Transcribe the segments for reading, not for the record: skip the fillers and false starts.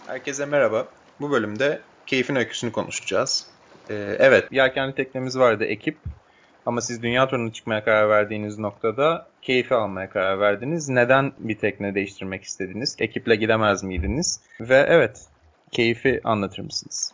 Herkese merhaba. Bu bölümde keyfin öyküsünü konuşacağız. Evet, yelkenli teknemiz vardı ekip. Ama siz dünya turuna çıkmaya karar verdiğiniz noktada keyfi almaya karar verdiniz. Neden bir tekne değiştirmek istediniz? Ekiple gidemez miydiniz? Ve evet, keyfi anlatır mısınız?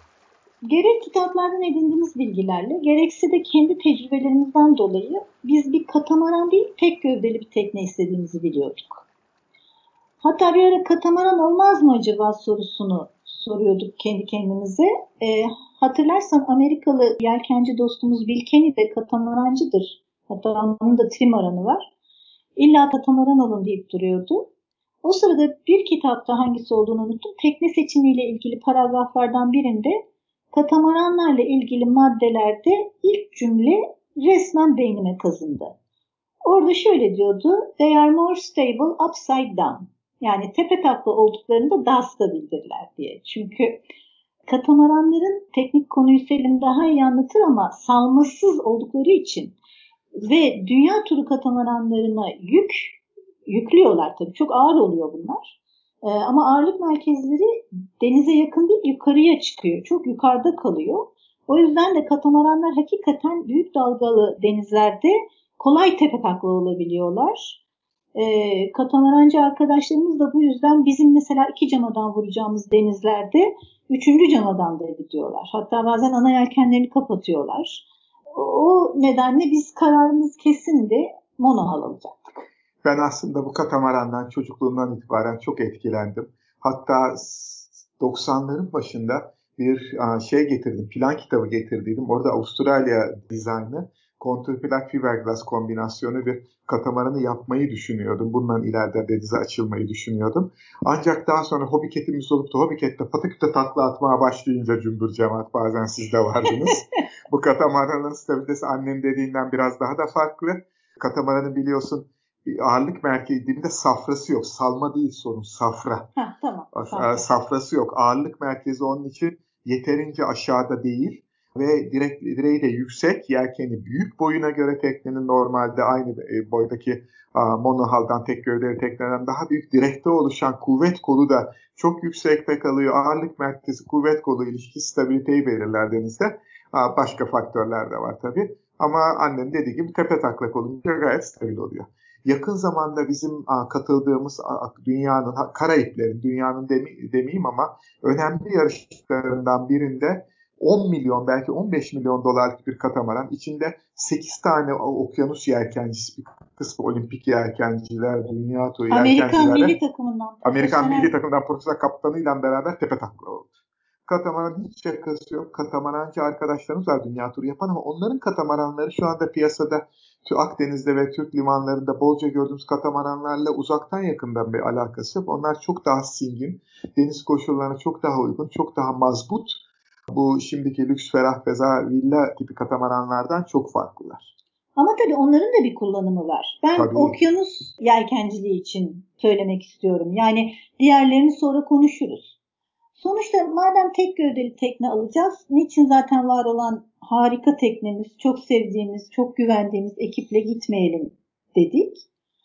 Gerek kitaplardan edindiğimiz bilgilerle, gerekse de kendi tecrübelerimizden dolayı biz bir katamaran değil, tek gövdeli bir tekne istediğimizi biliyorduk. Hatta bir ara katamaran olmaz mı acaba sorusunu soruyorduk kendi kendimize. Hatırlarsan Amerikalı yelkenci dostumuz Bill Kenny de katamarancıdır. Hatta onun da trimaranı var. İlla katamaran alın deyip duruyordu. O sırada bir kitapta hangisi olduğunu unuttum. Tekne seçimiyle ilgili paragraflardan birinde katamaranlarla ilgili maddelerde ilk cümle resmen beynime kazındı. Orada şöyle diyordu. They are more stable upside down. Yani tepe takla olduklarında daha stabildirler diye. Çünkü katamaranların teknik konuyu Selim daha iyi anlatır ama salmasız oldukları için ve dünya turu katamaranlarına yüklüyorlar tabii. Çok ağır oluyor bunlar. Ama ağırlık merkezleri denize yakın değil, yukarıya çıkıyor. Çok yukarıda kalıyor. O yüzden de katamaranlar hakikaten büyük dalgalı denizlerde kolay tepe takla olabiliyorlar. Katamarancı arkadaşlarımız da bu yüzden bizim mesela 2 camadan vuracağımız denizlerde 3. camadan da gidiyorlar. Hatta bazen ana yelkenlerini kapatıyorlar. O nedenle biz kararımız kesindi, monohal alacaktık. Ben aslında bu katamarandan çocukluğumdan itibaren çok etkilendim. Hatta 90'ların başında bir şey getirdim, plan kitabı getirdiydim. Orada Avustralya dizaynı kontrplak fiberglass kombinasyonu bir katamaranı yapmayı düşünüyordum. Bundan ileride denize açılmayı düşünüyordum. Ancak daha sonra Hobiket'imiz olup da Hobiket'te pataküte takla atmaya başlayınca cümbür cemaat, bazen siz de vardınız. Bu katamaranın stabilitesi annem dediğinden biraz daha da farklı. Katamaranın biliyorsun bir ağırlık merkezi dibinde safrası yok. Salma değil sorun, safra. Tamam. Safrası yok. Ağırlık merkezi onun için yeterince aşağıda değil ve direği de yüksek. Yelkeni büyük boyuna göre teknenin normalde aynı boydaki monohaldan, tek gövdeli tekneden daha büyük. Direkte oluşan kuvvet kolu da çok yüksekte kalıyor. Ağırlık merkezi kuvvet kolu ilişkisi stabiliteyi belirler denizde. Başka faktörler de var tabii. Ama annem dediği gibi tepe taklak olunca gayet stabil oluyor. Yakın zamanda bizim katıldığımız dünyanın, Karayiplerin, dünyanın demeyeyim ama önemli yarışlarından birinde 10 milyon belki 15 milyon dolarlık bir katamaran. İçinde 8 tane okyanus yelkencisi, bir kısmı olimpik yelkenciler, dünya turu Amerikan milli takımından. Amerikan milli takımından profesyonel kaptanıyla beraber tepe takla oldu. Katamaran hiç şakası yok. Katamarancı arkadaşlarımız var dünya turu yapan ama onların katamaranları şu anda piyasada Akdeniz'de ve Türk limanlarında bolca gördüğümüz katamaranlarla uzaktan yakından bir alakası yok. Onlar çok daha singin, deniz koşullarına çok daha uygun, çok daha mazbut. Bu şimdiki lüks ferah feza villa tipi katamaranlardan çok farklılar. Ama tabii onların da bir kullanımı var. Ben Tabii. okyanus yelkenciliği için söylemek istiyorum. Yani diğerlerini sonra konuşuruz. Sonuçta madem tek gövdeli tekne alacağız, niçin zaten var olan harika teknemiz, çok sevdiğimiz, çok güvendiğimiz ekiple gitmeyelim dedik.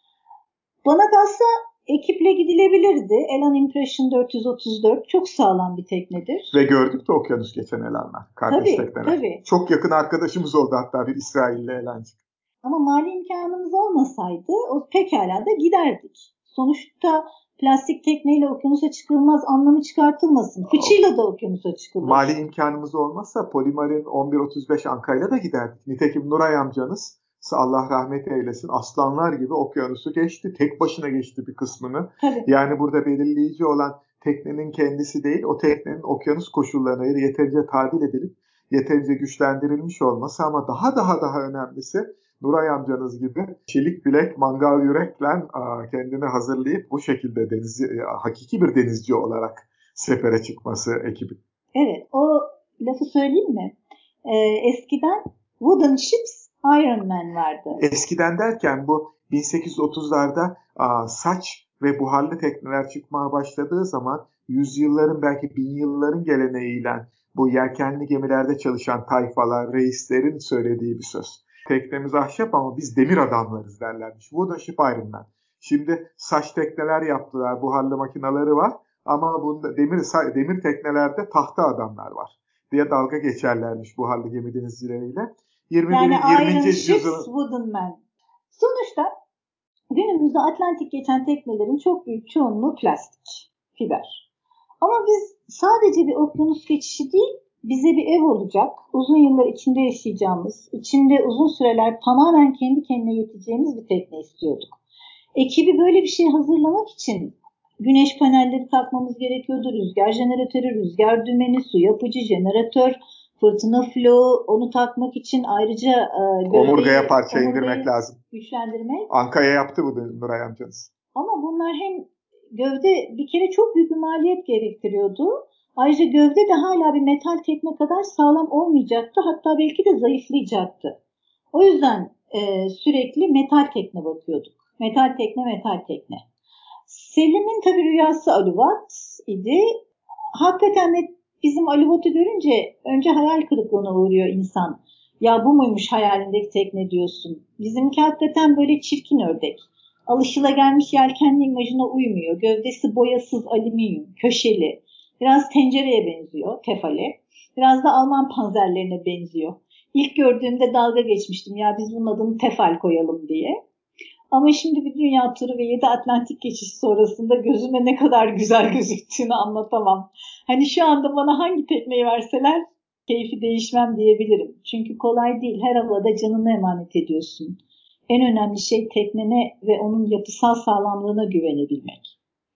Bana kalsa ekiple gidilebilirdi. Elan Impression 434 çok sağlam bir teknedir. Ve gördük de okyanus geçen Elanlar. Kardeş tekneler. Tabii. Çok yakın arkadaşımız oldu hatta bir İsrailli Elancı. Ama mali imkanımız olmasaydı o pekala da giderdik. Sonuçta plastik tekneyle okyanusa çıkılmaz anlamı çıkartılmasın. Fıçıyla da okyanusa çıkılır. Mali imkanımız olmazsa Polimar'in 1135 Anka'yla da giderdik. Nitekim Nuray amcanız Allah rahmet eylesin aslanlar gibi okyanusu geçti. Tek başına geçti bir kısmını. Tabii. Yani burada belirleyici olan teknenin kendisi değil, o teknenin okyanus koşullarına yeterince tadil edilip yeterince güçlendirilmiş olması ama daha önemlisi Nuray amcanız gibi çelik bilek, mangal yürekle kendini hazırlayıp bu şekilde hakiki bir denizci olarak sefere çıkması ekibin. Evet, o lafı söyleyeyim mi? Eskiden Wooden Ships, Iron Man vardı. Eskiden derken bu 1830'larda saç ve buharlı tekneler çıkmaya başladığı zaman yüzyılların belki bin yılların geleneğiyle bu yelkenli gemilerde çalışan tayfalar, reislerin söylediği bir söz. Teknemiz ahşap ama biz demir adamlarız derlermiş. Wooden Ship Iron Man. Şimdi saç tekneler yaptılar, buharlı makineleri var Ama bunda demir teknelerde tahta adamlar var diye dalga geçerlermiş buharlı gemi denizcileriyle. Yani 20. Iron Ships, yüzyılın Wooden Men. Sonuçta günümüzde Atlantik geçen teknelerin çok büyük çoğunluğu plastik, fiber. Ama biz sadece bir okyanus geçişi değil, bize bir ev olacak, uzun yıllar içinde yaşayacağımız, içinde uzun süreler tamamen kendi kendine yeteceğimiz bir tekne istiyorduk. Ekibi böyle bir şey hazırlamak için güneş panelleri takmamız gerekiyordu, rüzgar jeneratörü, rüzgar dümeni, su yapıcı jeneratör, fırtına floğu, onu takmak için ayrıca omurgaya parça indirmek lazım. Güçlendirmek. Anka'ya yaptı bu Nuray amcanız. Ama bunlar hem gövde bir kere çok büyük bir maliyet gerektiriyordu. Ayrıca gövde de hala bir metal tekne kadar sağlam olmayacaktı. Hatta belki de zayıflayacaktı. O yüzden sürekli metal tekne bakıyorduk. Metal tekne. Selim'in tabii rüyası aluvat idi. Hakikaten de bizim aluvatı görünce önce hayal kırıklığına uğruyor insan. Ya bu muymuş hayalindeki tekne diyorsun. Bizimki hakikaten böyle çirkin ördek. Alışılagelmiş yelkenli imajına uymuyor. Gövdesi boyasız alüminyum, köşeli. Biraz tencereye benziyor, tefale. Biraz da Alman panzerlerine benziyor. İlk gördüğümde dalga geçmiştim ya biz bunun adını tefal koyalım diye. Ama şimdi bir dünya turu ve 7 Atlantik geçişi sonrasında gözüme ne kadar güzel gözüktüğünü anlatamam. Hani şu anda bana hangi tekneyi verseler keyfi değişmem diyebilirim. Çünkü kolay değil. Her havada canını emanet ediyorsun. En önemli şey teknene ve onun yapısal sağlamlığına güvenebilmek.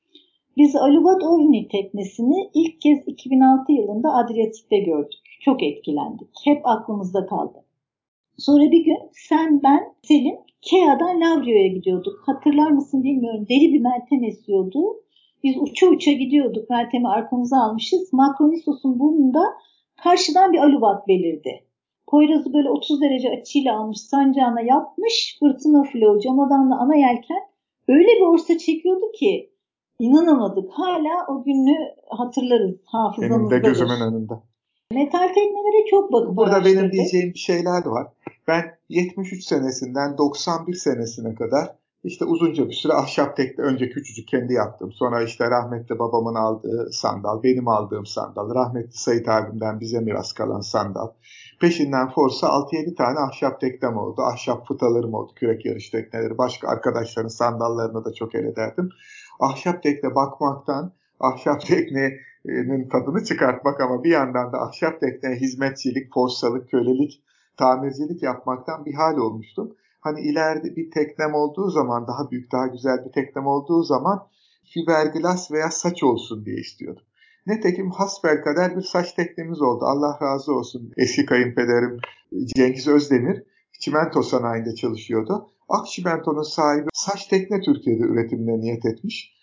Biz Alubat Orni teknesini ilk kez 2006 yılında Adriyatik'te gördük. Çok etkilendik. Hep aklımızda kaldı. Sonra bir gün sen, ben, Selim Kea'dan Lavrio'ya gidiyorduk. Hatırlar mısın bilmiyorum. Deli bir Meltem esiyordu. Biz uça uça gidiyorduk. Meltem'i arkamıza almışız. Makronissos'un burnunda karşıdan bir alubat belirdi. Poyraz'ı böyle 30 derece açıyla almış, sancağına yapmış. Fırtına flow, camadanla ana yelken. Öyle bir orsa çekiyordu ki inanamadık. Hala o günü hatırlarız. Hafızamızdadır. Benim de gözümün önünde. Metal teknelere çok bakıp Burada araştırdık. benim diyeceğim bir şeyler var. Ben 73 senesinden 91 senesine kadar işte uzunca bir süre ahşap tekne, önce küçücük kendi yaptım. Sonra işte rahmetli babamın aldığı sandal, benim aldığım sandal, rahmetli Sait abimden bize miras kalan sandal. Peşinden Forsa 6-7 tane ahşap teknem oldu. Ahşap fıtalarım oldu, kürek yarış tekneleri. Başka arkadaşların sandallarına da çok el ederdim. Ahşap tekne bakmaktan, ahşap teknenin tadını çıkartmak ama bir yandan da ahşap tekneye hizmetçilik, forsalık, kölelik, tamircilik yapmaktan bir hal olmuştum. Hani ileride bir teknem olduğu zaman, daha büyük, daha güzel bir teknem olduğu zaman fiberglass veya saç olsun diye istiyordum. Nitekim hasbelkader bir saç teknemiz oldu. Allah razı olsun. Eski kayınpederim Cengiz Özdemir çimento sanayinde çalışıyordu. Akçimento'nun sahibi saç tekne Türkiye'de üretimine niyet etmiş.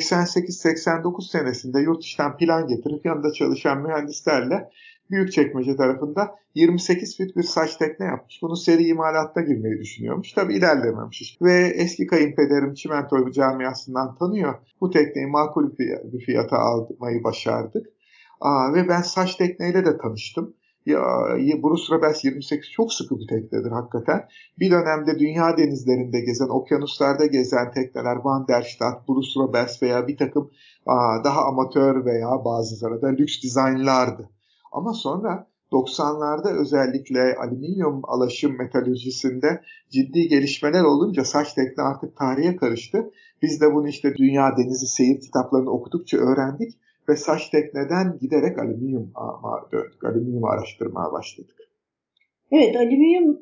88-89 senesinde yurt dışından plan getirip yanında çalışan mühendislerle Büyükçekmece tarafında 28 fit bir saç tekne yapmış. Bunu seri imalatta girmeyi düşünüyormuş. Tabii ilerlememiş. Ve eski kayınpederim çimento camiasından tanıyor. Bu tekneyi makul bir fiyata almayı başardık. Ve ben saç tekneyle de tanıştım. Bruce Roberts 28 çok sıkı bir teknedir hakikaten. Bir dönemde dünya denizlerinde gezen, okyanuslarda gezen tekneler Van der Staat, Bruce Roberts veya bir takım daha amatör veya bazıları da lüks dizaynlardı. Ama sonra 90'larda özellikle alüminyum alaşım metalurjisinde ciddi gelişmeler olunca saç tekne artık tarihe karıştı. Biz de bunu işte Dünya Denizi Seyir kitaplarını okudukça öğrendik ve saç tekneden giderek alüminyuma döndük. Alüminyum araştırmaya başladık. Evet, alüminyum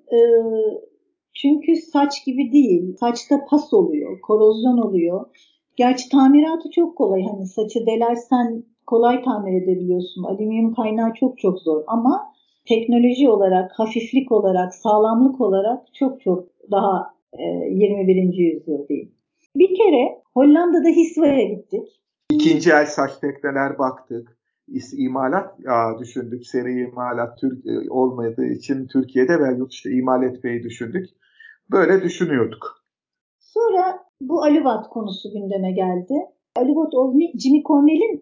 çünkü saç gibi değil. Saçta pas oluyor, korozyon oluyor. Gerçi tamiratı çok kolay. Hani saçı delersen kolay tamir edebiliyorsun. Alüminyum kaynağı çok çok zor ama teknoloji olarak, hafiflik olarak, sağlamlık olarak çok çok daha 21. yüzyıl değil. Bir kere Hollanda'da Hisva'ya gittik. İkinci el saç tekneler baktık. İmalat düşündük. Seri imalat olmadığı için Türkiye'de ve yurt dışında imal etmeyi düşündük. Böyle düşünüyorduk. Sonra bu Aluvat konusu gündeme geldi. Aluvat Jimmy Cornell'in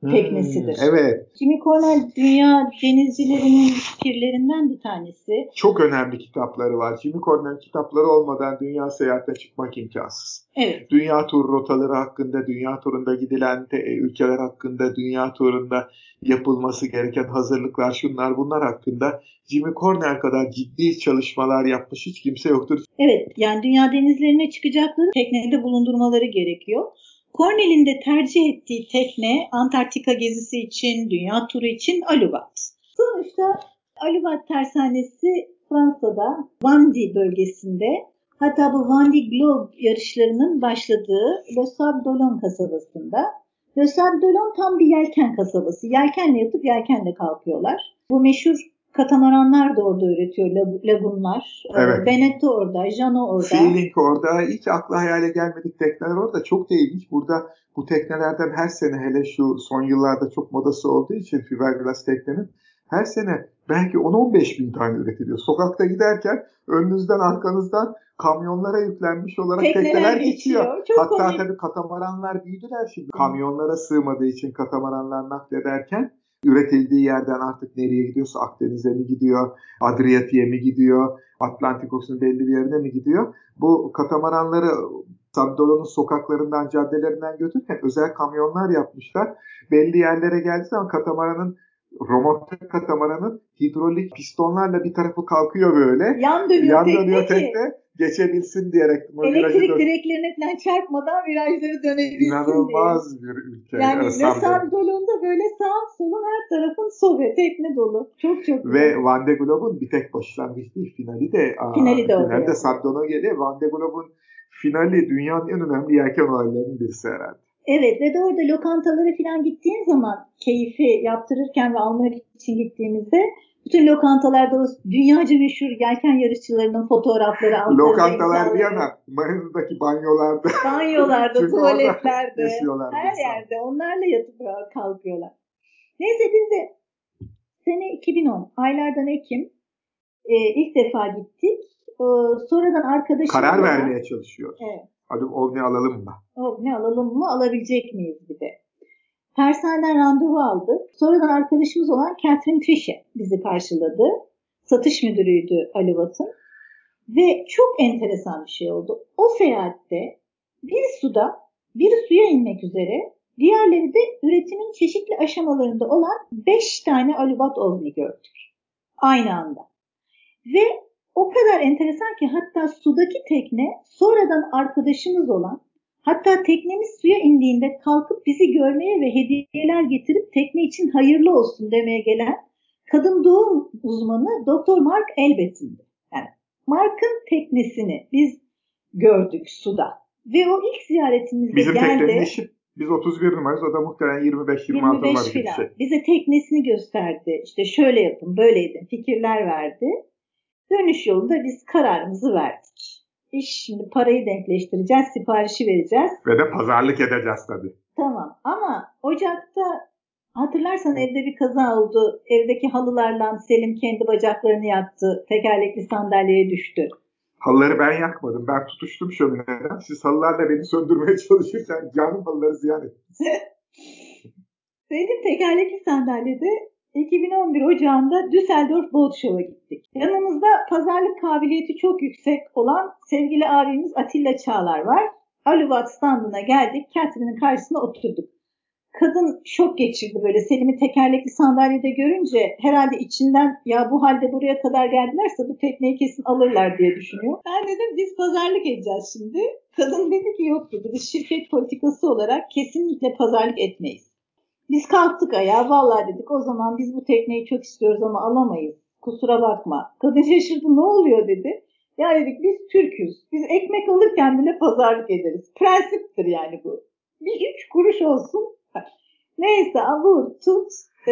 teknesidir. Evet. Jimmy Cornell dünya denizcilerinin fikirlerinden bir tanesi. Çok önemli kitapları var. Jimmy Cornell kitapları olmadan dünya seyahatine çıkmak imkansız. Evet. Dünya tur rotaları hakkında, dünya turunda gidilen ülkeler hakkında, dünya turunda yapılması gereken hazırlıklar, şunlar bunlar hakkında Jimmy Cornell kadar ciddi çalışmalar yapmış hiç kimse yoktur. Evet, yani dünya denizlerine çıkacakları teknede bulundurmaları gerekiyor. Cornell'in de tercih ettiği tekne Antarktika gezisi için, dünya turu için Aluvat. Sonuçta Aluvat tersanesi Fransa'da Vendée bölgesinde, hatta bu Vendée Globe yarışlarının başladığı Le Sable d'Olonne kasabasında. Le Sable d'Olonne tam bir yelken kasabası. Yelkenle yatıp yelkenle kalkıyorlar. Bu meşhur katamaranlar da orada üretiyor, lagunlar. Evet. Beneteau orada, Jeanneau orada. Feeling orada, hiç akla hayale gelmedik tekneler orada. Çok da ilginç. Burada bu teknelerden her sene, hele şu son yıllarda çok modası olduğu için fiberglass teknenin, her sene belki 10-15 bin tane üretiliyor. Sokakta giderken önünüzden arkanızdan kamyonlara yüklenmiş olarak tekneler geçiyor. Hatta tabii katamaranlar büyüdüler şimdi. Kamyonlara sığmadığı için katamaranlar naklederken üretildiği yerden artık nereye gidiyorsa, Akdeniz'e mi gidiyor, Adriyatik'e mi gidiyor, Atlantik Okyanusu'nun belli bir yerine mi gidiyor? Bu katamaranları Sable d'Olonne'un sokaklarından, caddelerinden götürürken özel kamyonlar yapmışlar. Belli yerlere geldiği zaman romorke katamaranın hidrolik pistonlarla bir tarafı kalkıyor böyle. Yan dönüyor tekne geçebilsin diyerek. Elektrik direklerine falan çarpmadan virajları dönebilsin İnanılmaz diye. Bir ülke. Yani Le Sable d'Olonne'da böyle sağ solun her tarafın sobe, tekne dolu. Çok güzel. Ve Vendée Globe'un bir tek başlangıç değil, finali de finalde Sable d'Olonne geliyor. Vendée Globe'un finali dünyanın en önemli yelken olaylarının birisi herhalde. Evet, ve de orada lokantalara falan gittiğin zaman, keyfi yaptırırken ve almak için gittiğimizde bütün lokantalarda o dünyaca meşhur yelken yarışçılarının fotoğrafları altında. Lokantalar diyemem. Marina'daki banyolarda. Tuvaletlerde, her yerde onlarla yatıp kalkıyorlar. Neyse, biz de sene 2010 aylardan Ekim ilk defa gittik. Sonradan arkadaşım karar vermeye çalışıyoruz. Evet. Hadi ovni alalım mı? Ovni alalım mı? Alabilecek miyiz bir de? Tersaneden randevu aldık. Sonradan arkadaşımız olan Catherine Fisher bizi karşıladı. Satış müdürüydü Aluvat'ın. Ve çok enteresan bir şey oldu. O seyahatte biri suya inmek üzere, diğerleri de üretimin çeşitli aşamalarında olan 5 tane Aluvat ovni gördük. Aynı anda. Ve o kadar enteresan ki hatta sudaki tekne sonradan arkadaşımız olan, hatta teknemiz suya indiğinde kalkıp bizi görmeye ve hediyeler getirip tekne için hayırlı olsun demeye gelen kadın doğum uzmanı Dr. Mark Elbet'indi. Yani Mark'ın teknesini biz gördük suda. Ve o ilk ziyaretimizde bizim geldi. Bizim teknenin eşi. Biz 31 numarayız. O da muhtemelen 25-26 numara gibi bir şey. Bize teknesini gösterdi. İşte şöyle yapın, böyle edin, fikirler verdi. Dönüş yolunda biz kararımızı verdik. Şimdi parayı denkleştireceğiz, siparişi vereceğiz. Ve de pazarlık edeceğiz tabii. Tamam, ama Ocak'ta hatırlarsan evde bir kaza oldu. Evdeki halılarla Selim kendi bacaklarını yaktı. Tekerlekli sandalyeye düştü. Halıları ben yakmadım. Ben tutuştum şömineden. Siz halılarla beni söndürmeye çalışırken canım halıları ziyan ettiniz. Selim tekerlekli sandalyede 2011 Ocağı'nda Düsseldorf Boat Show'a gittik. Yanımızda pazarlık kabiliyeti çok yüksek olan sevgili abimiz Atilla Çağlar var. Aluvat standına geldik. Catherine'in karşısına oturduk. Kadın şok geçirdi böyle Selim'i tekerlekli sandalyede görünce, herhalde içinden ya bu halde buraya kadar geldilerse bu tekneyi kesin alırlar diye düşünüyor. Ben dedim biz pazarlık edeceğiz şimdi. Kadın dedi ki yok dedi, biz şirket politikası olarak kesinlikle pazarlık etmeyiz. Biz kalktık ayağa, vallahi dedik o zaman biz bu tekneyi çok istiyoruz ama alamayız. Kusura bakma. Kadın şaşırdı, ne oluyor dedi. Ya dedik biz Türk'üz. Biz ekmek alırken bile pazarlık ederiz. Prensiptir yani bu. Bir 3 kuruş olsun. Neyse vur tut.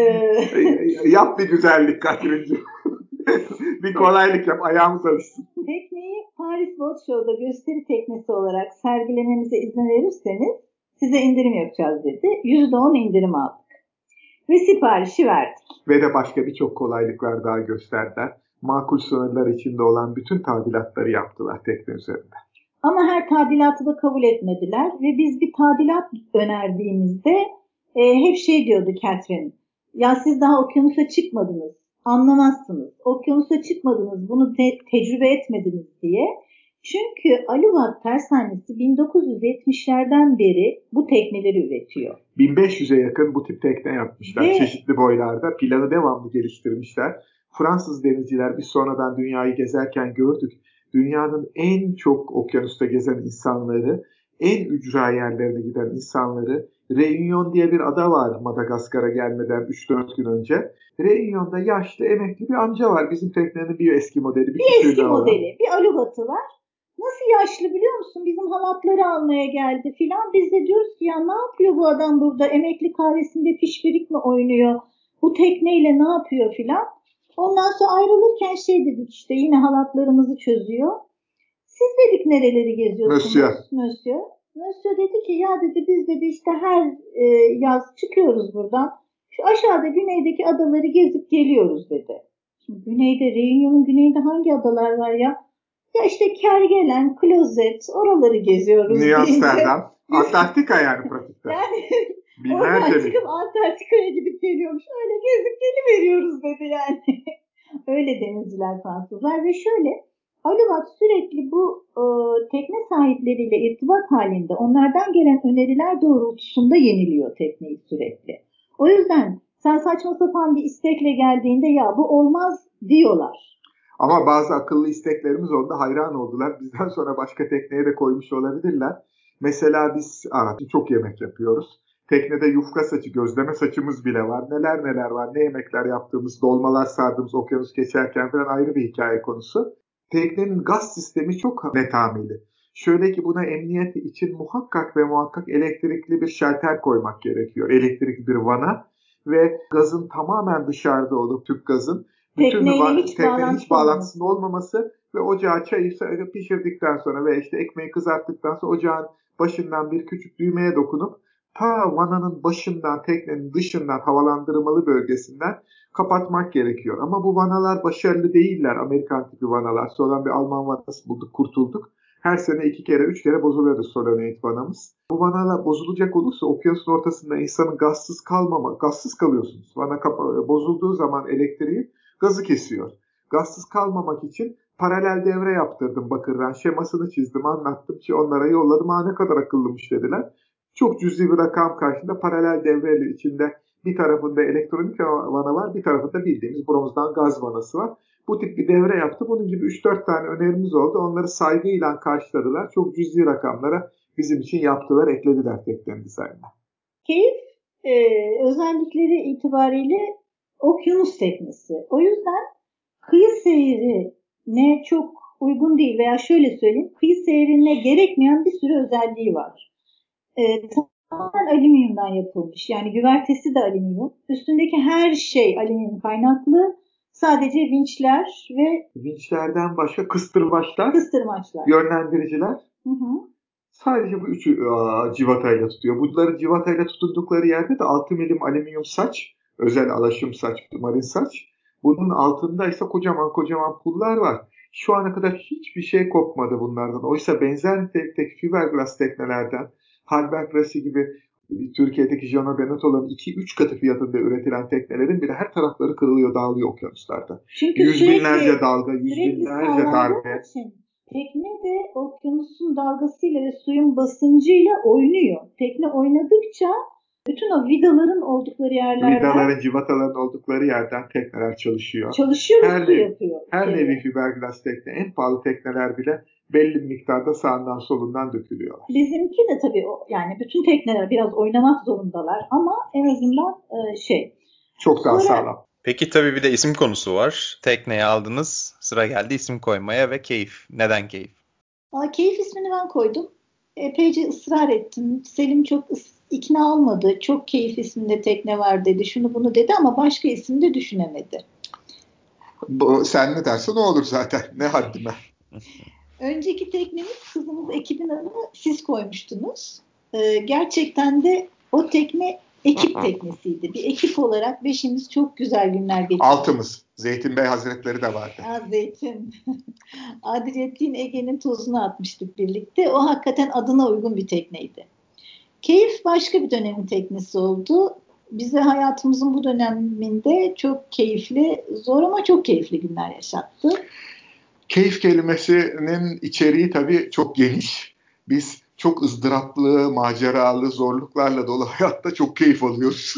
Yap bir güzellik Katrin'cim. Bir kolaylık yap, ayağımız alışsın. Tekneyi Paris Boat Show'da gösteri teknesi olarak sergilememize izin verirseniz size indirim yapacağız dedi. %10 indirim aldık. Ve siparişi verdik. Ve de başka birçok kolaylıklar daha gösterdiler. Makul sınırlar içinde olan bütün tadilatları yaptılar tekne üzerinde. Ama her tadilatı da kabul etmediler ve biz bir tadilat önerdiğimizde hep şey diyordu Catherine. Ya siz daha okyanusa çıkmadınız. Anlamazsınız. Okyanusa çıkmadınız. Bunu tecrübe etmediniz diye. Çünkü Aluvat Tersanesi 1970'lerden beri bu tekneleri üretiyor. 1500'e yakın bu tip tekne yapmışlar. Çeşitli boylarda. Planı devamlı geliştirmişler. Fransız denizciler biz sonradan dünyayı gezerken gördük. Dünyanın en çok okyanusta gezen insanları, en ücra yerlerine giden insanları, Réunion diye bir ada var Madagaskar'a gelmeden 3-4 gün önce. Réunion'da yaşlı emekli bir amca var. Bizim teknenin bir eski modeli. Bir eski modeli. Bir aluvatı var. Nasıl yaşlı biliyor musun? Bizim halatları almaya geldi filan. Biz de diyoruz ki ya ne yapıyor bu adam burada? Emekli kahvesinde pişpirik mi oynuyor? Bu tekneyle ne yapıyor filan? Ondan sonra ayrılırken şey dedik işte yine halatlarımızı çözüyor. Siz dedik nereleri geziyorsunuz? Monsieur dedi ki ya dedi biz dedi işte her yaz çıkıyoruz buradan. Şu aşağıda güneydeki adaları gezip geliyoruz dedi. Şimdi güneyde, Réunion'un güneyinde hangi adalar var ya? Ya işte Kerguelen, Klozet, oraları geziyoruz. New Amsterdam, Antarktika yani pratikte. Yani oradan çıkıp Antarktika'ya gidip geliyormuş. Öyle gezip geliveriyoruz dedi yani. Öyle denizciler Fransızlar ve şöyle Aluvat sürekli bu tekne sahipleriyle irtibat halinde onlardan gelen öneriler doğrultusunda yeniliyor tekneyi sürekli. O yüzden sen saçma sapan bir istekle geldiğinde ya bu olmaz diyorlar. Ama bazı akıllı isteklerimiz oldu. Hayran oldular. Bizden sonra başka tekneye de koymuş olabilirler. Mesela biz çok yemek yapıyoruz. Teknede yufka saçı, gözleme saçımız bile var. Neler neler var. Ne yemekler yaptığımız, dolmalar sardığımız okyanus geçerken falan ayrı bir hikaye konusu. Teknenin gaz sistemi çok netameli. Şöyle ki buna emniyet için muhakkak ve muhakkak elektrikli bir şalter koymak gerekiyor. Elektrikli bir vana ve gazın tamamen dışarıda olup tüp gazın tekneyle hiç bağlantısının olmaması ve ocağa çayı pişirdikten sonra ve işte ekmeği kızarttıktan sonra ocağın başından bir küçük düğmeye dokunup ta vananın başından, teknenin dışından, havalandırmalı bölgesinden kapatmak gerekiyor. Ama bu vanalar başarılı değiller. Amerikan tipi vanalar. Sonra bir Alman vanası bulduk, kurtulduk. Her sene 2 kere 3 kere bozuluyordu solenoid vanamız. Bu vanalar bozulacak olursa okyanusun ortasında insanın gazsız kalıyorsunuz. Vana bozulduğu zaman elektriği gazı kesiyor. Gazsız kalmamak için paralel devre yaptırdım bakırdan. Şemasını çizdim, anlattım ki onlara yolladım. Ne kadar akıllımış dediler. Çok cüzi bir rakam karşında paralel devreyle içinde bir tarafında elektronik vana var, bir tarafında bildiğimiz bronzdan gaz vanası var. Bu tip bir devre yaptı. Bunun gibi 3-4 tane önerimiz oldu. Onları saygıyla karşıladılar. Çok cüzi rakamlara bizim için yaptılar, eklediler teknenin dizaynına. Keyif özellikleri itibariyle okyanus teknesi. O yüzden kıyı seyrine çok uygun değil veya şöyle söyleyeyim, kıyı seyrine gerekmeyen bir sürü özelliği var. Tamamen alüminyumdan yapılmış. Yani güvertesi de alüminyum. Üstündeki her şey alüminyum kaynaklı. Sadece vinçler ve vinçlerden başka kıstırmaçlar, yönlendiriciler. Hı. Sadece bu üçü civatayla tutuyor. Bunların civatayla tutundukları yerde de 6 milim alüminyum saç, özel alaşım saç, marin saç. Bunun altında ise kocaman kocaman pullar var. Şu ana kadar hiçbir şey kopmadı bunlardan. Oysa benzer nitelikteki fiberglass teknelerden, Halberg Rassi gibi Türkiye'deki Jano Benetto'ların 2-3 katı fiyatında üretilen teknelerin bile her tarafları kırılıyor, dağılıyor okyanuslarda. Çünkü yüz binlerce dalga, yüz binlerce darbe. Tekne de okyanusun dalgasıyla ve suyun basıncıyla oynuyor. Tekne oynadıkça bütün o vidaların oldukları yerlerden, vidaların, civataların oldukları yerden tekneler çalışıyor. Çalışıyor, su yapıyor. Her nevi fiberglass tekne, en pahalı tekneler bile belli bir miktarda sağından solundan dökülüyorlar. Bizimki de tabii yani bütün tekneler biraz oynamak zorundalar ama en azından çok daha sağlam. Peki tabii bir de isim konusu var. Tekneyi aldınız, sıra geldi isim koymaya ve keyif. Neden keyif? Keyif ismini ben koydum. Epeyce ısrar ettim. Selim çok ikna olmadı. Çok keyif isminde tekne var dedi. Şunu bunu dedi ama başka isim de düşünemedi. Sen ne dersen o olur zaten. Ne haddime. Önceki teknemiz kızımız ekibin adını siz koymuştunuz. Gerçekten de o tekne ekip teknesiydi. Bir ekip olarak beşimiz çok güzel günler geçirdik. Altımız. Zeytin Bey Hazretleri de vardı. Zeytin. Adriyatik'in Ege'nin tozunu atmıştık birlikte. O hakikaten adına uygun bir tekneydi. Keyif başka bir dönemin teknesi oldu. Bize hayatımızın bu döneminde çok keyifli, zor ama çok keyifli günler yaşattı. Keyif kelimesinin içeriği tabii çok geniş. Biz çok ızdıraplı, maceralı, zorluklarla dolu hayatta çok keyif alıyoruz.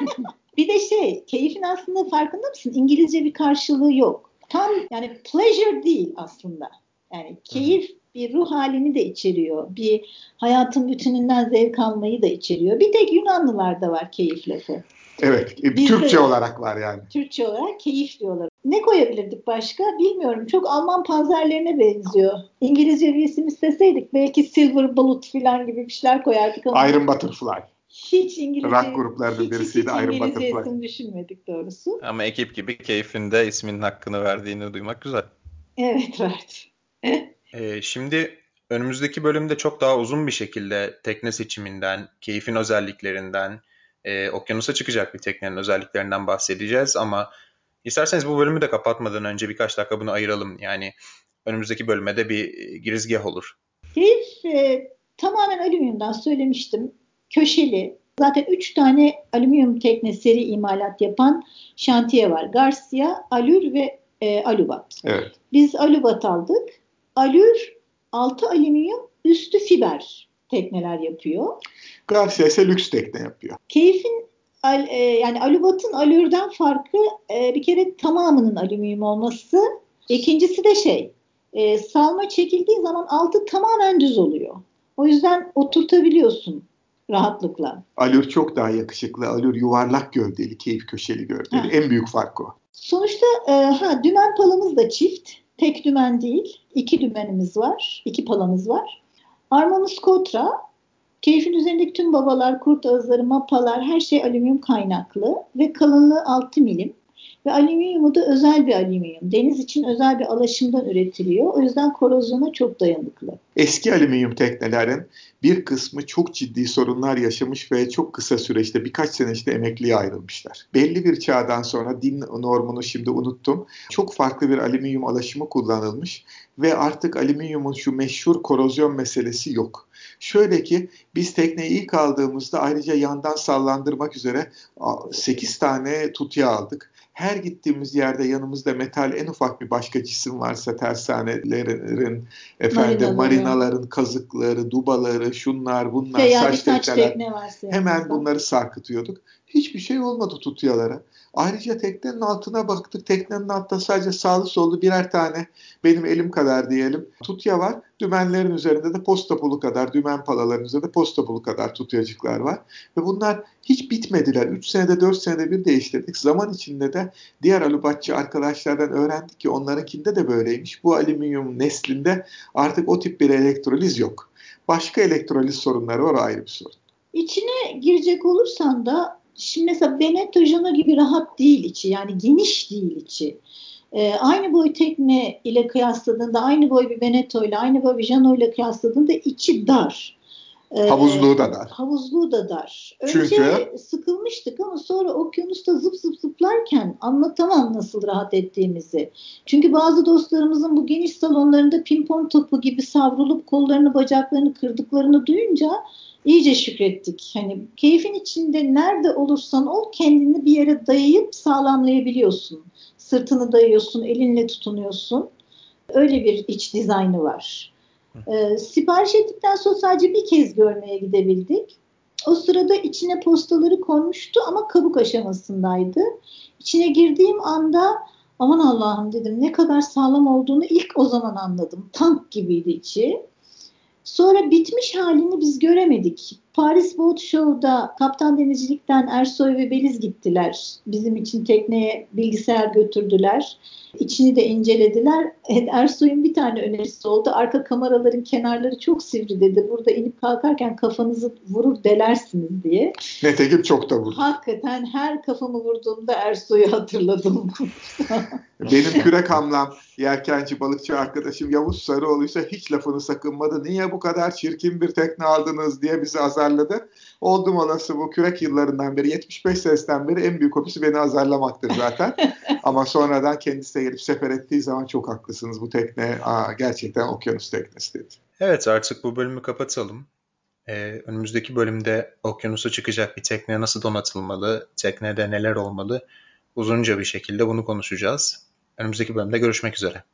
Bir de keyfin aslında farkında mısın? İngilizce bir karşılığı yok. Tam yani pleasure değil aslında. Yani keyif bir ruh halini de içeriyor. Bir hayatın bütününden zevk almayı da içeriyor. Bir tek Yunanlılarda var keyif lafı. Evet, Türkçe olarak var yani. Türkçe olarak keyif diyorlar. Ne koyabilirdik başka? Bilmiyorum. Çok Alman panzerlerine benziyor. İngilizce bir isim isteseydik belki Silver Bullet falan gibi bir şeyler koyardık ama. Iron Butterfly. Hiç İngilizce, rock gruplarının birisiydi Iron Butterfly. isim düşünmedik doğrusu. Ama ekip gibi keyfinde isminin hakkını verdiğini duymak güzel. Evet, verdi. Şimdi önümüzdeki bölümde çok daha uzun bir şekilde tekne seçiminden, keyfin özelliklerinden, okyanusa çıkacak bir teknenin özelliklerinden bahsedeceğiz. Ama isterseniz bu bölümü de kapatmadan önce birkaç dakika bunu ayıralım. Yani önümüzdeki bölüme de bir girizgah olur. Keyif tamamen alüminyumdan söylemiştim. Köşeli. Zaten 3 tane alüminyum tekne seri imalat yapan şantiye var. Garcia, Alür ve Alubat. Evet. Biz Alubat aldık. Alür 6 alüminyum üstü fiber tekneler yapıyor. Garcia ise lüks tekne yapıyor. Keyfin yani Alubat'ın Alür'den farkı bir kere tamamının alüminyum olması. İkincisi de salma çekildiği zaman altı tamamen düz oluyor. O yüzden oturtabiliyorsun rahatlıkla. Alür çok daha yakışıklı. Alür yuvarlak gövdeli, keyif köşeli gövdeli. En büyük fark o. Sonuçta dümen palamız da çift. Tek dümen değil. 2 dümenimiz var. 2 palamız var. Armamız Kotra. Keyfin üzerindeki tüm babalar, kurt ağızları, mapalar her şey alüminyum kaynaklı ve kalınlığı 6 milim. Ve alüminyumu da özel bir alüminyum. Deniz için özel bir alaşımdan üretiliyor. O yüzden korozyona çok dayanıklı. Eski alüminyum teknelerin bir kısmı çok ciddi sorunlar yaşamış ve çok kısa süreçte birkaç sene işte emekliye ayrılmışlar. Belli bir çağdan sonra DIN normunu şimdi unuttum. Çok farklı bir alüminyum alaşımı kullanılmış ve artık alüminyumun şu meşhur korozyon meselesi yok. Şöyle ki biz tekneyi ilk aldığımızda ayrıca yandan sallandırmak üzere 8 tane tutya aldık. Her gittiğimiz yerde yanımızda metal en ufak bir başka cisim varsa tersanelerin, marinaların kazıkları, dubaları, şunlar bunlar, veya saç tekneler hemen bunları sarkıtıyorduk. Hiçbir şey olmadı tutyalara. Ayrıca teknenin altına baktık. Teknenin altında sadece sağlı sollu birer tane benim elim kadar diyelim tutya var. Dümenlerin üzerinde de posta pulu kadar, dümen palaların üzerinde posta pulu kadar tutyacıklar var. Ve bunlar hiç bitmediler. 3 senede 4 senede bir değiştirdik. Zaman içinde de diğer alubatçı arkadaşlardan öğrendik ki onlarınkinde de böyleymiş. Bu alüminyum neslinde artık o tip bir elektroliz yok. Başka elektroliz sorunları var, ayrı bir sorun. İçine girecek olursan da şimdi mesela Veneto Jano gibi rahat değil içi. Yani geniş değil içi. Aynı boy tekne ile kıyasladığında, aynı boy bir Veneto ile, aynı boy bir Jano ile kıyasladığında içi dar. Havuzluğu da dar. Havuzluğu da dar. Önce çünkü sıkılmıştık ama sonra okyanusta zıp zıp zıplarken anlatamam nasıl rahat ettiğimizi. Çünkü bazı dostlarımızın bu geniş salonlarında pimpon topu gibi savrulup kollarını bacaklarını kırdıklarını duyunca iyice şükrettik. Hani keyfin içinde nerede olursan ol kendini bir yere dayayıp sağlamlayabiliyorsun. Sırtını dayıyorsun, elinle tutunuyorsun. Öyle bir iç dizaynı var. Sipariş ettikten sonra sadece bir kez görmeye gidebildik. O sırada içine postaları konmuştu ama kabuk aşamasındaydı. İçine girdiğim anda aman Allah'ım dedim, ne kadar sağlam olduğunu ilk o zaman anladım. Tank gibiydi içi. Sonra bitmiş halini biz göremedik. Paris Boat Show'da Kaptan Denizcilik'ten Ersoy ve Beliz gittiler. Bizim için tekneye bilgisayar götürdüler. İçini de incelediler. Ersoy'un bir tane önerisi oldu. Arka kameraların kenarları çok sivri dedi. Burada inip kalkarken kafanızı vurur delersiniz diye. Nitekim çok da vurdu. Hakikaten her kafamı vurduğumda Ersoy'u hatırladım. Benim kürek hamlam yelkenci balıkçı arkadaşım Yavuz Sarıoğlu'ysa hiç lafını sakınmadı. Niye bu kadar çirkin bir tekne aldınız diye bizi azarladı. Oldum olası bu kürek yıllarından beri 75 senesten beri en büyük hobisi beni azarlamaktır zaten. Ama sonradan kendisi de gelip sefer ettiği zaman çok haklısınız. Bu tekne gerçekten okyanus teknesi dedi. Evet, artık bu bölümü kapatalım. Önümüzdeki bölümde okyanusa çıkacak bir tekne nasıl donatılmalı, teknede neler olmalı, uzunca bir şekilde bunu konuşacağız. Önümüzdeki bölümde görüşmek üzere.